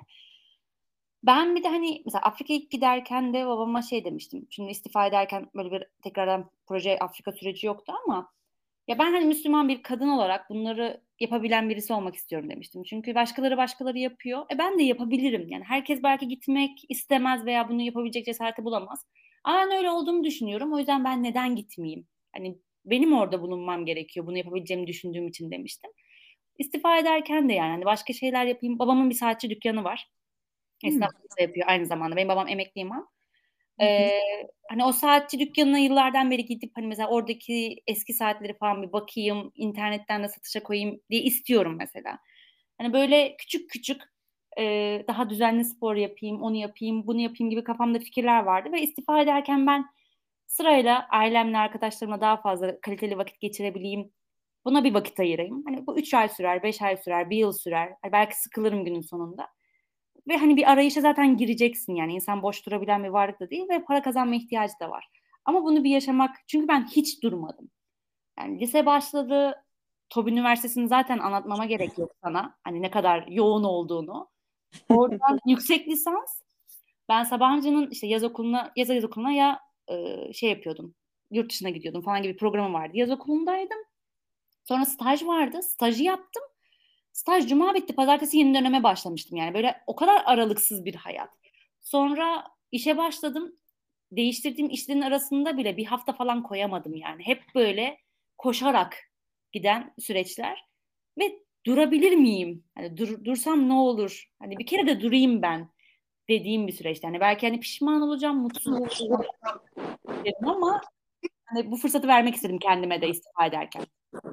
Ben bir de hani mesela Afrika'ya ilk giderken de babama şey demiştim. Şimdi istifa ederken böyle bir tekrardan proje Afrika süreci yoktu ama ya ben hani Müslüman bir kadın olarak bunları yapabilen birisi olmak istiyorum demiştim. Çünkü başkaları başkaları yapıyor. E ben de yapabilirim. Yani herkes belki gitmek istemez veya bunu yapabilecek cesareti bulamaz. Ama ben öyle olduğumu düşünüyorum. O yüzden ben neden gitmeyeyim? Hani benim orada bulunmam gerekiyor. Bunu yapabileceğimi düşündüğüm için demiştim. İstifa ederken de yani hani başka şeyler yapayım. Babamın bir saatçi dükkanı var. Hı Esnaflık da yapıyor aynı zamanda. Benim babam emekli imam. hı. Ee, hani o saatçi dükkanına yıllardan beri gidip hani mesela oradaki eski saatleri falan bir bakayım, internetten de satışa koyayım diye istiyorum mesela. Hani böyle küçük küçük e, daha düzenli spor yapayım, onu yapayım, bunu yapayım gibi kafamda fikirler vardı ve istifa ederken ben sırayla ailemle, arkadaşlarımla daha fazla kaliteli vakit geçirebileyim. Buna bir vakit ayırayım. Hani bu üç ay sürer, beş ay sürer, bir yıl sürer. Hani belki sıkılırım günün sonunda. Ve hani bir arayışa zaten gireceksin yani. İnsan boş durabilen bir varlık da değil ve para kazanma ihtiyacı da var. Ama bunu bir yaşamak, çünkü ben hiç durmadım. Yani lise başladı, TOB Üniversitesi'ni zaten anlatmama gerek yok sana. Hani ne kadar yoğun olduğunu. Oradan yüksek lisans, ben Sabancı'nın işte yaz okuluna, yaz yaz okuluna ya e, şey yapıyordum, yurt dışına gidiyordum falan gibi bir programı vardı. Yaz okulundaydım. Sonra staj vardı, stajı yaptım. Staj cuma bitti. Pazartesi yeni döneme başlamıştım yani. Böyle o kadar aralıksız bir hayat. Sonra işe başladım. Değiştirdiğim işlerin arasında bile bir hafta falan koyamadım yani. Hep böyle koşarak giden süreçler. Ve durabilir miyim? Hani dur, dursam ne olur? Hani bir kere de durayım ben dediğim bir süreçti. Hani belki hani pişman olacağım, mutsuz olacağım dedim ama hani bu fırsatı vermek istedim kendime de istifa ederken.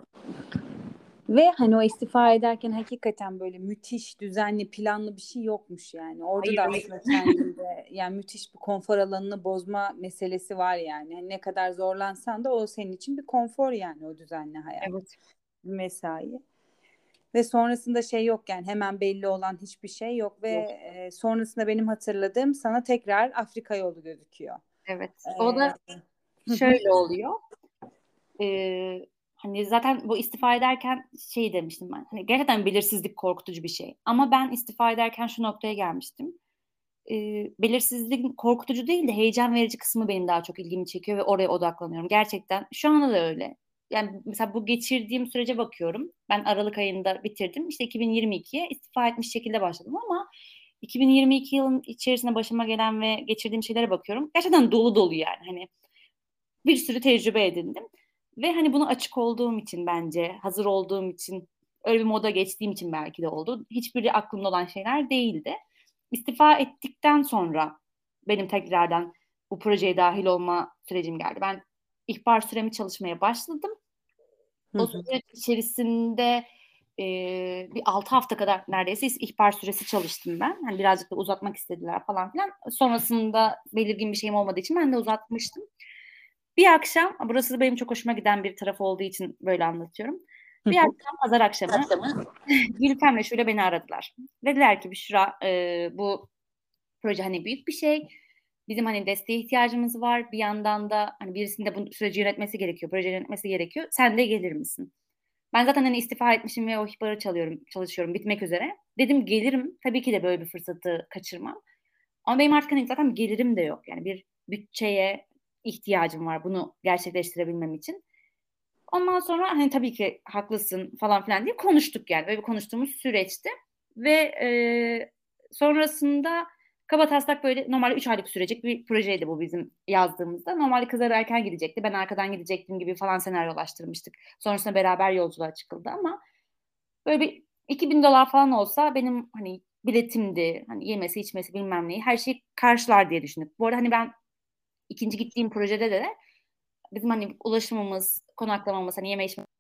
Ve hani o istifa ederken hakikaten böyle müthiş düzenli planlı bir şey yokmuş yani. Orada Hayır, da hayır. aslında kendinde yani müthiş bir konfor alanını bozma meselesi var yani. Hani ne kadar zorlansan da o senin için bir konfor yani, o düzenli hayat, Evet. bir mesai. Ve sonrasında şey yok yani, hemen belli olan hiçbir şey yok ve Yok. e, sonrasında benim hatırladığım sana tekrar Afrika yolu gözüküyor. Evet. O E, da şöyle oluyor. Ee, hani zaten bu istifa ederken şey demiştim ben. Hani gerçekten belirsizlik korkutucu bir şey. Ama ben istifa ederken şu noktaya gelmiştim. Ee, belirsizliğin korkutucu değil de heyecan verici kısmı benim daha çok ilgimi çekiyor ve oraya odaklanıyorum. Gerçekten şu anda da öyle. Yani mesela bu geçirdiğim sürece bakıyorum. Ben Aralık ayında bitirdim. İşte iki bin yirmi ikiye istifa etmiş şekilde başladım ama iki bin yirmi iki yılın içerisinde başıma gelen ve geçirdiğim şeylere bakıyorum. Gerçekten dolu dolu yani. Hani bir sürü tecrübe edindim. Ve hani buna açık olduğum için, bence hazır olduğum için, öyle bir moda geçtiğim için belki de oldu. Hiçbiri aklımda olan şeyler değildi. İstifa ettikten sonra benim tekrardan bu projeye dahil olma sürecim geldi. Ben ihbar süremi çalışmaya başladım. Hı O hı. süreç içerisinde e, bir altı hafta kadar neredeyse ihbar süresi çalıştım ben. Hani birazcık da uzatmak istediler falan filan. Sonrasında belirgin bir şeyim olmadığı için ben de uzatmıştım. Bir akşam, burası da benim çok hoşuma giden bir taraf olduğu için böyle anlatıyorum. Hı Bir hı. akşam pazar akşamı Akşamı. Gülfem'le şöyle beni aradılar. Dediler ki Büşra, e, bu proje hani büyük bir şey. Bizim hani desteğe ihtiyacımız var. Bir yandan da hani birisinin de bu süreci yönetmesi gerekiyor. Proje yönetmesi gerekiyor. Sen de gelir misin? Ben zaten hani istifa etmişim ve o ihbarı çalıyorum, çalışıyorum. Bitmek üzere. Dedim gelirim. Tabii ki de böyle bir fırsatı kaçırmam. Ama benim artık hani zaten bir gelirim de yok. Yani bir bütçeye ihtiyacım var bunu gerçekleştirebilmem için. Ondan sonra hani tabii ki haklısın falan filan diye konuştuk yani. Böyle bir konuştuğumuz süreçti. Ve e, sonrasında kabataslak böyle normalde üç aylık sürecek bir projeydi bu bizim yazdığımızda. Normalde kızlar erken gidecekti. Ben arkadan gidecektim gibi falan senaryolaştırmıştık. Sonrasında beraber yolculuğa çıkıldı ama böyle bir iki bin dolar falan olsa benim hani biletimdi, hani yemesi içmesi bilmem neyi her şeyi karşılar diye düşündük. Bu arada hani ben ikinci gittiğim projede de bizim hani ulaşımımız, konaklamamız, hani yeme içme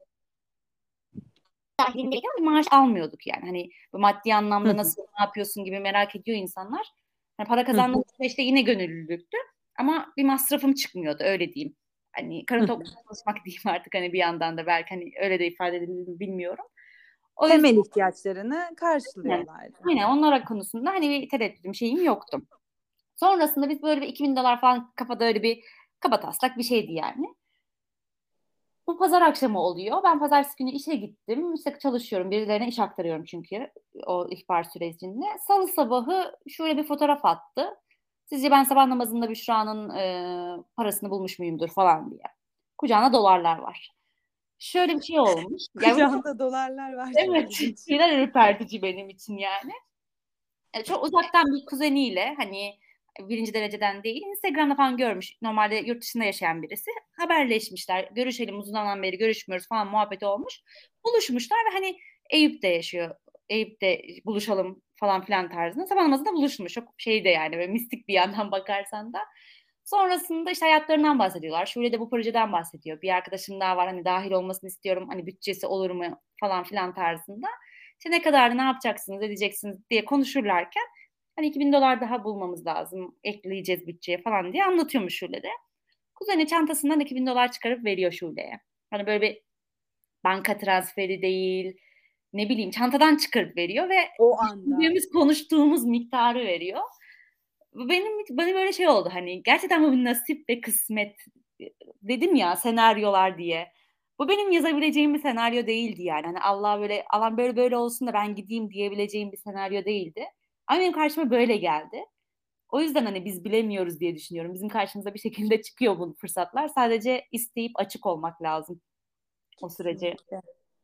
dahilindeydi ama maaş almıyorduk yani. Hani bu maddi Hı anlamda hı. nasıl, ne yapıyorsun gibi merak ediyor insanlar. Hani para Hı hı. kazandığım süreçte yine gönüllülüktü. Ama bir masrafım çıkmıyordu öyle diyeyim. Hani Hı karın hı. tokluğuna çalışmak diyeyim artık hani bir yandan da belki hani öyle de ifade edilir mi bilmiyorum. O yüzden Temel ihtiyaçlarını aynen, karşılıyorlardı. aynen onlar konusunda hani bir tereddütüm şeyim yoktu. Sonrasında biz böyle bir iki bin dolar falan kafada öyle bir kabataslak bir şeydi yani. Bu pazar akşamı oluyor. Ben pazartesi günü işe gittim. İşte çalışıyorum. Birilerine iş aktarıyorum çünkü o ihbar sürecinde. Salı sabahı şöyle bir fotoğraf attı. Sizce ben sabah namazında Büşra'nın e, parasını bulmuş muyumdur falan diye. Kucağına dolarlar var. Şöyle bir şey olmuş. Yani Kucağında dolarlar var, çok evet, ilginç. şeyler ürpertici benim için yani. E, çok uzaktan bir kuzeniyle hani birinci dereceden değil Instagram'da falan görmüş. Normalde yurt dışında yaşayan birisi. Haberleşmişler. Görüşelim uzundan beri görüşmüyoruz falan muhabbeti olmuş. Buluşmuşlar ve hani Eyüp'te yaşıyor. Eyüp'te buluşalım falan filan tarzında. Sabah namazında buluşmuş. Çok şey de yani böyle mistik bir yandan bakarsan da. Sonrasında işte hayatlarından bahsediyorlar. Şule de bu projeden bahsediyor. Bir arkadaşım daha var hani dahil olmasını istiyorum. Hani bütçesi olur mu falan filan tarzında. İşte ne kadar ne yapacaksınız edeceksiniz diye konuşurlarken hani iki bin dolar daha bulmamız lazım ekleyeceğiz bütçeye falan diye anlatıyormuş Şule de. Kuzeni çantasından iki bin dolar çıkarıp veriyor Şule'ye. Hani böyle bir banka transferi değil ne bileyim çantadan çıkarıp veriyor ve O anda. düşündüğümüz konuştuğumuz miktarı veriyor. Benim bana böyle şey oldu hani gerçekten bu bir nasip ve kısmet dedim ya senaryolar diye. Bu benim yazabileceğim bir senaryo değildi yani. Hani Allah böyle alan böyle böyle olsun da ben gideyim diyebileceğim bir senaryo değildi. Ama benim karşıma böyle geldi. O yüzden hani biz bilemiyoruz diye düşünüyorum. Bizim karşımıza bir şekilde çıkıyor bu fırsatlar. Sadece isteyip açık olmak lazım o sürece. Kesinlikle.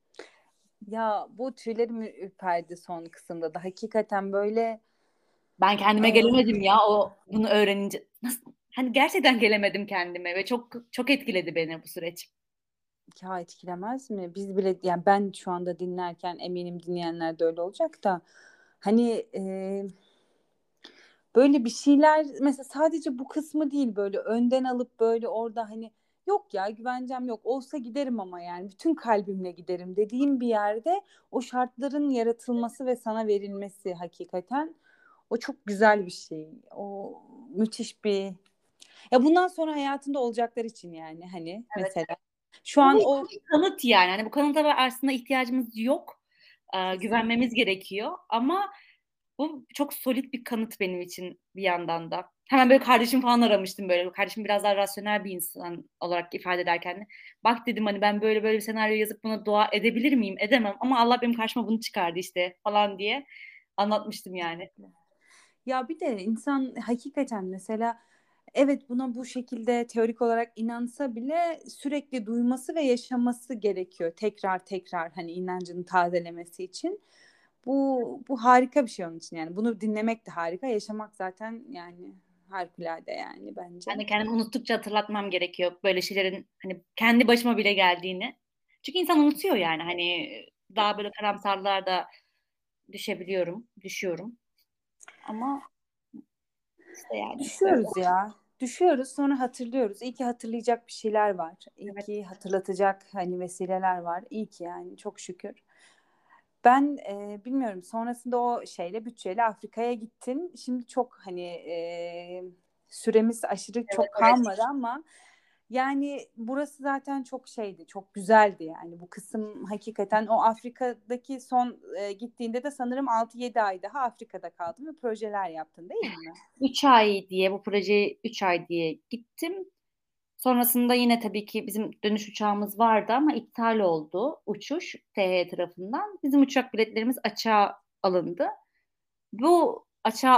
Ya bu tüylerim ürperdi son kısımda da. Hakikaten böyle Ben kendime e, gelemedim ya o bunu öğrenince. Nasıl? Hani gerçekten gelemedim kendime ve çok çok etkiledi beni bu süreç. ya etkilemez mi? Biz bile, yani ben şu anda dinlerken eminim dinleyenler de öyle olacak da hani e, böyle bir şeyler mesela sadece bu kısmı değil, böyle önden alıp böyle orada hani yok ya güvencem yok, olsa giderim ama yani bütün kalbimle giderim dediğim bir yerde o şartların yaratılması ve sana verilmesi, hakikaten o çok güzel bir şey. O müthiş bir, ya bundan sonra hayatında olacaklar için yani hani Evet. mesela şu Bu an bir o kanıt yani. Hani bu kanıta da aslında ihtiyacımız yok. Ee, kesin. güvenmemiz gerekiyor. Ama bu çok solid bir kanıt benim için bir yandan da. Hemen böyle kardeşim falan aramıştım böyle. Kardeşim biraz daha rasyonel bir insan olarak ifade ederken de. Bak dedim hani ben böyle böyle bir senaryo yazıp buna dua edebilir miyim? Edemem. Ama Allah benim karşıma bunu çıkardı işte falan diye anlatmıştım yani. Ya bir de insan hakikaten mesela evet buna bu şekilde teorik olarak inansa bile sürekli duyması ve yaşaması gerekiyor. Tekrar tekrar hani inancını tazelemesi için. Bu bu harika bir şey onun için yani. Bunu dinlemek de harika, yaşamak zaten yani harikulade yani bence. Ben de kendimi unuttukça hatırlatmam gerekiyor böyle şeylerin hani kendi başıma bile geldiğini. Çünkü insan unutuyor yani hani daha böyle karamsarlığa düşebiliyorum, düşüyorum. Ama işte yani böyle. Düşüyoruz ya. düşüyoruz, sonra hatırlıyoruz. İyi ki hatırlayacak bir şeyler var. İyi Evet. ki hatırlatacak hani vesileler var. İyi ki yani çok şükür. Ben e, bilmiyorum, sonrasında o şeyle bütçeyle Afrika'ya gittin. Şimdi çok hani e, süremiz aşırı Evet, çok evet. kalmadı ama yani burası zaten çok şeydi, çok güzeldi yani bu kısım hakikaten. O Afrika'daki son e, gittiğinde de sanırım altı yedi ay daha Afrika'da kaldın ve projeler yaptın değil mi? Üç ay diye bu projeye üç ay diye gittim. Sonrasında yine tabii ki bizim dönüş uçağımız vardı ama iptal oldu uçuş T H tarafından. Bizim uçak biletlerimiz açığa alındı. Bu açığa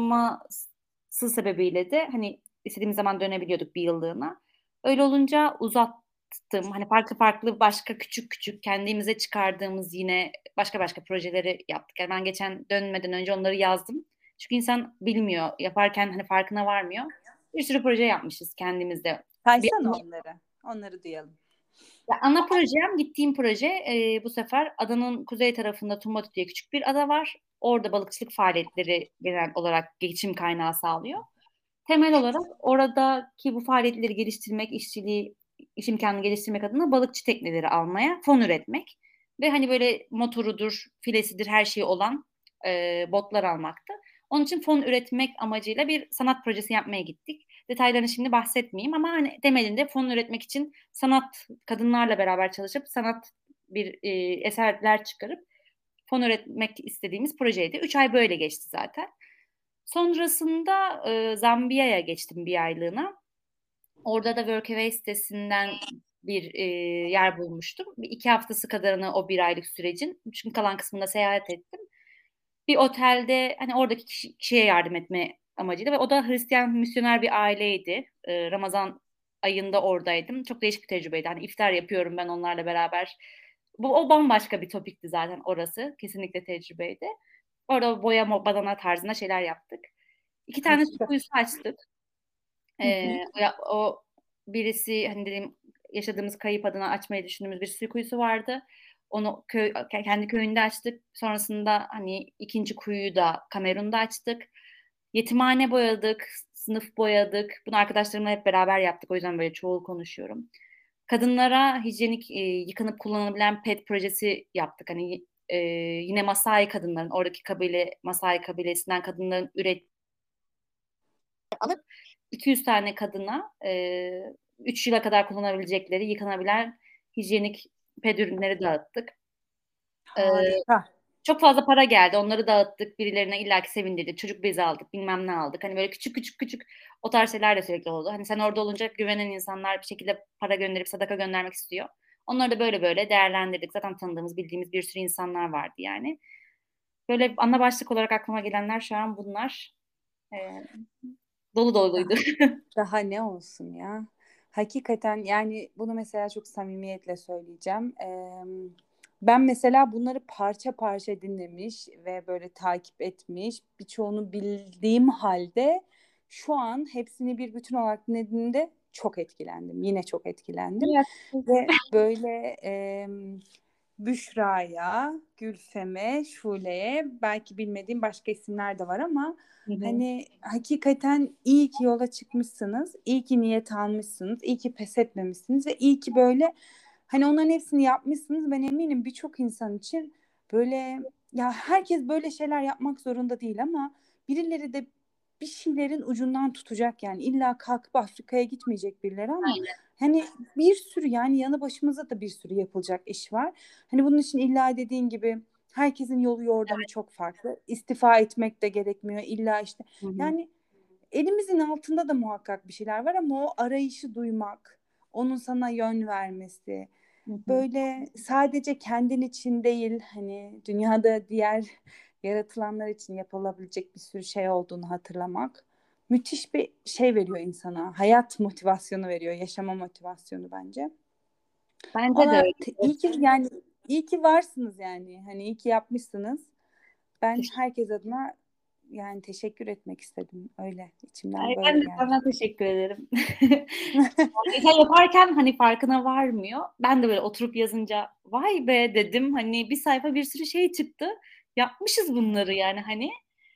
alınması sebebiyle de hani istediğimiz zaman dönebiliyorduk bir yıllığına. Öyle olunca uzattım. Hani farklı farklı başka küçük küçük kendimize çıkardığımız yine başka başka projeleri yaptık. Yani ben geçen dönmeden önce onları yazdım. Çünkü insan bilmiyor, yaparken hani farkına varmıyor. Bir sürü proje yapmışız kendimizde. Bir Saysana onları. Onları duyalım. ya ana projem, gittiğim proje e, bu sefer adanın kuzey tarafında Tumbatu diye küçük bir ada var. Orada balıkçılık faaliyetleri genel olarak geçim kaynağı sağlıyor. Temel olarak oradaki bu faaliyetleri geliştirmek, işçiliği, iş imkanını geliştirmek adına balıkçı tekneleri almaya, fon üretmek. Ve hani böyle motorudur, filesidir her şeyi olan e, botlar almaktı. Onun için fon üretmek amacıyla bir sanat projesi yapmaya gittik. Detaylarını şimdi bahsetmeyeyim ama hani temelinde fon üretmek için sanat kadınlarla beraber çalışıp sanat bir e, eserler çıkarıp fon üretmek istediğimiz projeydi. Üç ay böyle geçti zaten. Sonrasında e, Zambiya'ya geçtim bir aylığına. Orada da Workaway sitesinden bir e, yer bulmuştum. Bir iki haftası kadarını o bir aylık sürecin. Çünkü kalan kısmında seyahat ettim. Bir otelde hani oradaki kişi, kişiye yardım etme amacıyla ve o da Hristiyan misyoner bir aileydi. E, Ramazan ayında oradaydım. Çok değişik bir tecrübeydi. Hani iftar yapıyorum ben onlarla beraber. Bu o bambaşka bir topikti zaten orası. Kesinlikle tecrübeydi. Orada boyama, badana tarzında şeyler yaptık. İki tane su Harika. kuyusu açtık. Hı Ee, hı. o, o birisi hani dedim yaşadığımız kayıp adına açmayı düşündüğümüz bir su kuyusu vardı. Onu köy, kendi köyünde açtık. Sonrasında hani ikinci kuyuyu da Kamerun'da açtık. Yetimhane boyadık, sınıf boyadık. Bunu arkadaşlarımla hep beraber yaptık. O yüzden böyle çoğul konuşuyorum. Kadınlara hijyenik e, yıkanıp kullanılabilen pet projesi yaptık. Hani e, yine Masai kadınların, oradaki kabile Masai kabilesinden kadınların üret alıp iki yüz tane kadına e, üç yıla kadar kullanabilecekleri yıkanabilen hijyenik ped ürünleri dağıttık. E, Harika. Çok fazla para geldi. Onları dağıttık. Birilerine illaki sevindirdik. Çocuk bezi aldık. Bilmem ne aldık. Hani böyle küçük küçük küçük o tarz şeyler de sürekli oldu. Hani sen orada olunca güvenen insanlar bir şekilde para gönderip sadaka göndermek istiyor. Onları da böyle böyle değerlendirdik. Zaten tanıdığımız, bildiğimiz bir sürü insanlar vardı yani. Böyle ana başlık olarak aklıma gelenler şu an bunlar. E, Dolu doluydu. Daha, daha ne olsun ya. Hakikaten yani bunu mesela çok samimiyetle söyleyeceğim. Ee, ben mesela bunları parça parça dinlemiş ve böyle takip etmiş, birçoğunu bildiğim halde şu an hepsini bir bütün olarak dinlediğimde çok etkilendim. Yine çok etkilendim. Evet. Ve böyle e, Büşra'ya, Gülfem'e, Şule'ye, belki bilmediğim başka isimler de var ama Hı hı. hani hakikaten iyi ki yola çıkmışsınız, iyi ki niyet almışsınız, iyi ki pes etmemişsiniz ve iyi ki böyle hani onların hepsini yapmışsınız. Ben eminim birçok insan için böyle, ya herkes böyle şeyler yapmak zorunda değil ama birileri de bir şeylerin ucundan tutacak yani. İlla kalkıp Afrika'ya gitmeyecek birileri ama Aynen. hani bir sürü yani yanı başımıza da bir sürü yapılacak iş var. Hani bunun için illa dediğin gibi herkesin yolu yordamı çok farklı. İstifa etmek de gerekmiyor. İlla işte Hı hı. yani elimizin altında da muhakkak bir şeyler var ama o arayışı duymak, onun sana yön vermesi, Hı hı. böyle sadece kendin için değil hani dünyada diğer yaratılanlar için yapılabilecek bir sürü şey olduğunu hatırlamak müthiş bir şey veriyor insana. Hayat motivasyonu veriyor, yaşama motivasyonu bence. Bence de Ona te- öyle. iyi ki yani iyi ki varsınız yani. Hani iyi ki yapmışsınız. Ben Teşekkür- herkes adına yani teşekkür etmek istedim. Öyle Ay, içimden ben böyle de geldi. sana teşekkür ederim. İnsan yaparken hani farkına varmıyor. Ben de böyle oturup yazınca vay be dedim. Hani bir sayfa bir sürü şey çıktı. Yapmışız bunları yani hani.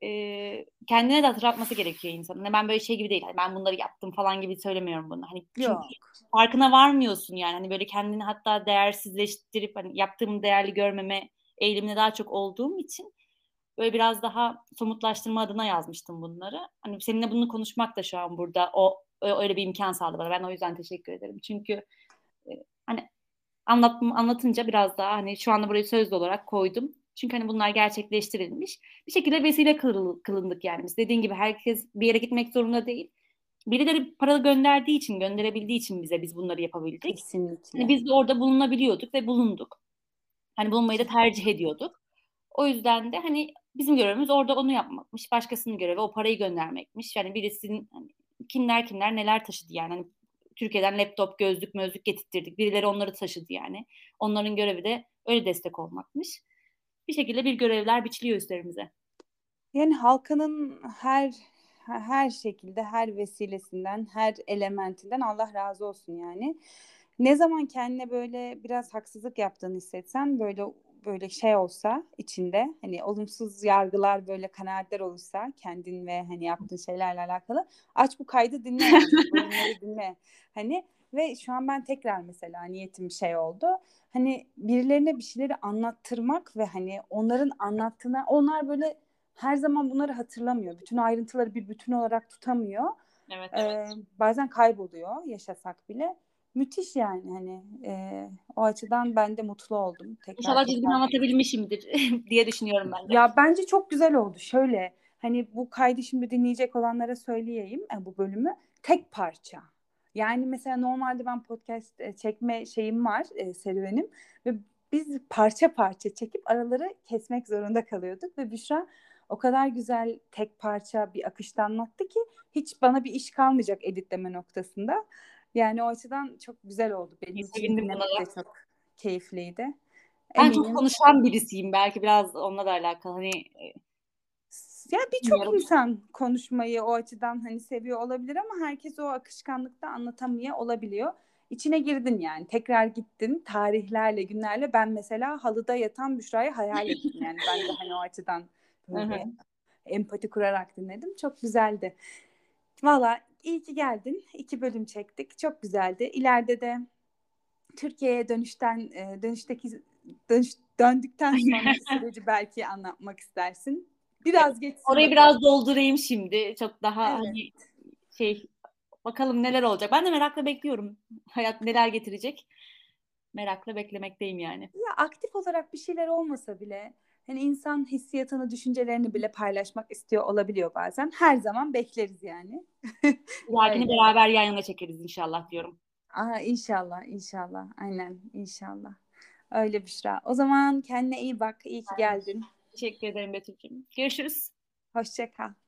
e, kendine de hatırlatması gerekiyor insanın. Hani ben böyle şey gibi değil. Hani ben bunları yaptım falan gibi söylemiyorum bunu. Hani çünkü Yok. farkına varmıyorsun yani. Hani böyle kendini hatta değersizleştirip hani yaptığım değerli görmeme eğilimine daha çok olduğum için böyle biraz daha somutlaştırma adına yazmıştım bunları. Hani seninle bunu konuşmak da şu an burada o öyle bir imkan sağladı bana. Ben o yüzden teşekkür ederim. Çünkü e, hani anlat, anlatınca biraz daha hani şu anda burayı sözlü olarak koydum. Çünkü hani bunlar gerçekleştirilmiş. Bir şekilde vesile kıl, kılındık yani biz. Dediğin gibi herkes bir yere gitmek zorunda değil. Birileri para gönderdiği için, gönderebildiği için bize biz bunları yapabildik. Hani Kesinlikle. biz de orada bulunabiliyorduk ve bulunduk. Hani bulunmayı da tercih ediyorduk. O yüzden de hani bizim görevimiz orada onu yapmakmış. Başkasının görevi o parayı göndermekmiş. Yani birisinin hani kimler kimler neler taşıdı yani. Hani Türkiye'den laptop, gözlük, mözlük getirttirdik. Birileri onları taşıdı yani. Onların görevi de öyle destek olmakmış. Bir şekilde bir görevler biçiliyor üstlerimize. Yani halkının her her şekilde, her vesilesinden, her elementinden Allah razı olsun yani. Ne zaman kendine böyle biraz haksızlık yaptığını hissetsen, böyle böyle şey olsa içinde, hani olumsuz yargılar, böyle kanaatler olursa kendin ve hani yaptığın şeylerle alakalı, aç bu kaydı dinle yani, bu bölümleri dinle. Hani ve şu an ben tekrar mesela niyetim şey oldu. Hani birilerine bir şeyleri anlattırmak ve hani onların anlattığına, onlar böyle her zaman bunları hatırlamıyor. Bütün ayrıntıları bir bütün olarak tutamıyor. Evet. Ee, bazen kayboluyor yaşasak bile. Müthiş yani, hani e, o açıdan ben de mutlu oldum. Tekrar İnşallah düzgün tekrar. anlatabilmişimdir diye düşünüyorum ben de. Ya bence çok güzel oldu. Şöyle, hani bu kaydı şimdi dinleyecek olanlara söyleyeyim, e, bu bölümü tek parça. Yani mesela normalde ben podcast e, çekme şeyim var, e, serüvenim ve biz parça parça çekip araları kesmek zorunda kalıyorduk ve Büşra o kadar güzel tek parça bir akışta anlattı ki hiç bana bir iş kalmayacak editleme noktasında. Yani o açıdan çok güzel oldu. Benim için Sevindim buna dinlemek de da. çok keyifliydi. Ben çok Eminim. konuşan birisiyim. Belki biraz onunla da alakalı. Hani e, Ya birçok bilmiyorum. insan konuşmayı o açıdan hani seviyor olabilir ama herkes o akışkanlıkta anlatamıyor olabiliyor. İçine girdin yani. Tekrar gittin tarihlerle, günlerle. Ben mesela halıda yatan Büşra'yı hayal ettim. Yani ben de hani o açıdan Hı hı. böyle empati kurarak dinledim. Çok güzeldi. Valla iyi ki geldin. İki bölüm çektik. Çok güzeldi. İleride de Türkiye'ye dönüşten e, dönüşteki dönüş, döndükten sonraki süreci belki anlatmak istersin. Evet. Biraz geçsin Orayı bakalım. biraz doldurayım şimdi. Çok daha Evet. hani şey bakalım neler olacak. Ben de merakla bekliyorum. Hayat neler getirecek. Merakla beklemekteyim yani. Ya aktif olarak bir şeyler olmasa bile hani insan hissiyatını, düşüncelerini bile paylaşmak istiyor olabiliyor bazen. Her zaman bekleriz yani. Bir dahakini Öyle. beraber yan yana çekeriz inşallah diyorum. Aa, inşallah, inşallah. Aynen, inşallah. Öyle Büşra. O zaman kendine iyi bak. İyi ki geldin. Teşekkür ederim Betül'cüğüm. Görüşürüz. Hoşça kal.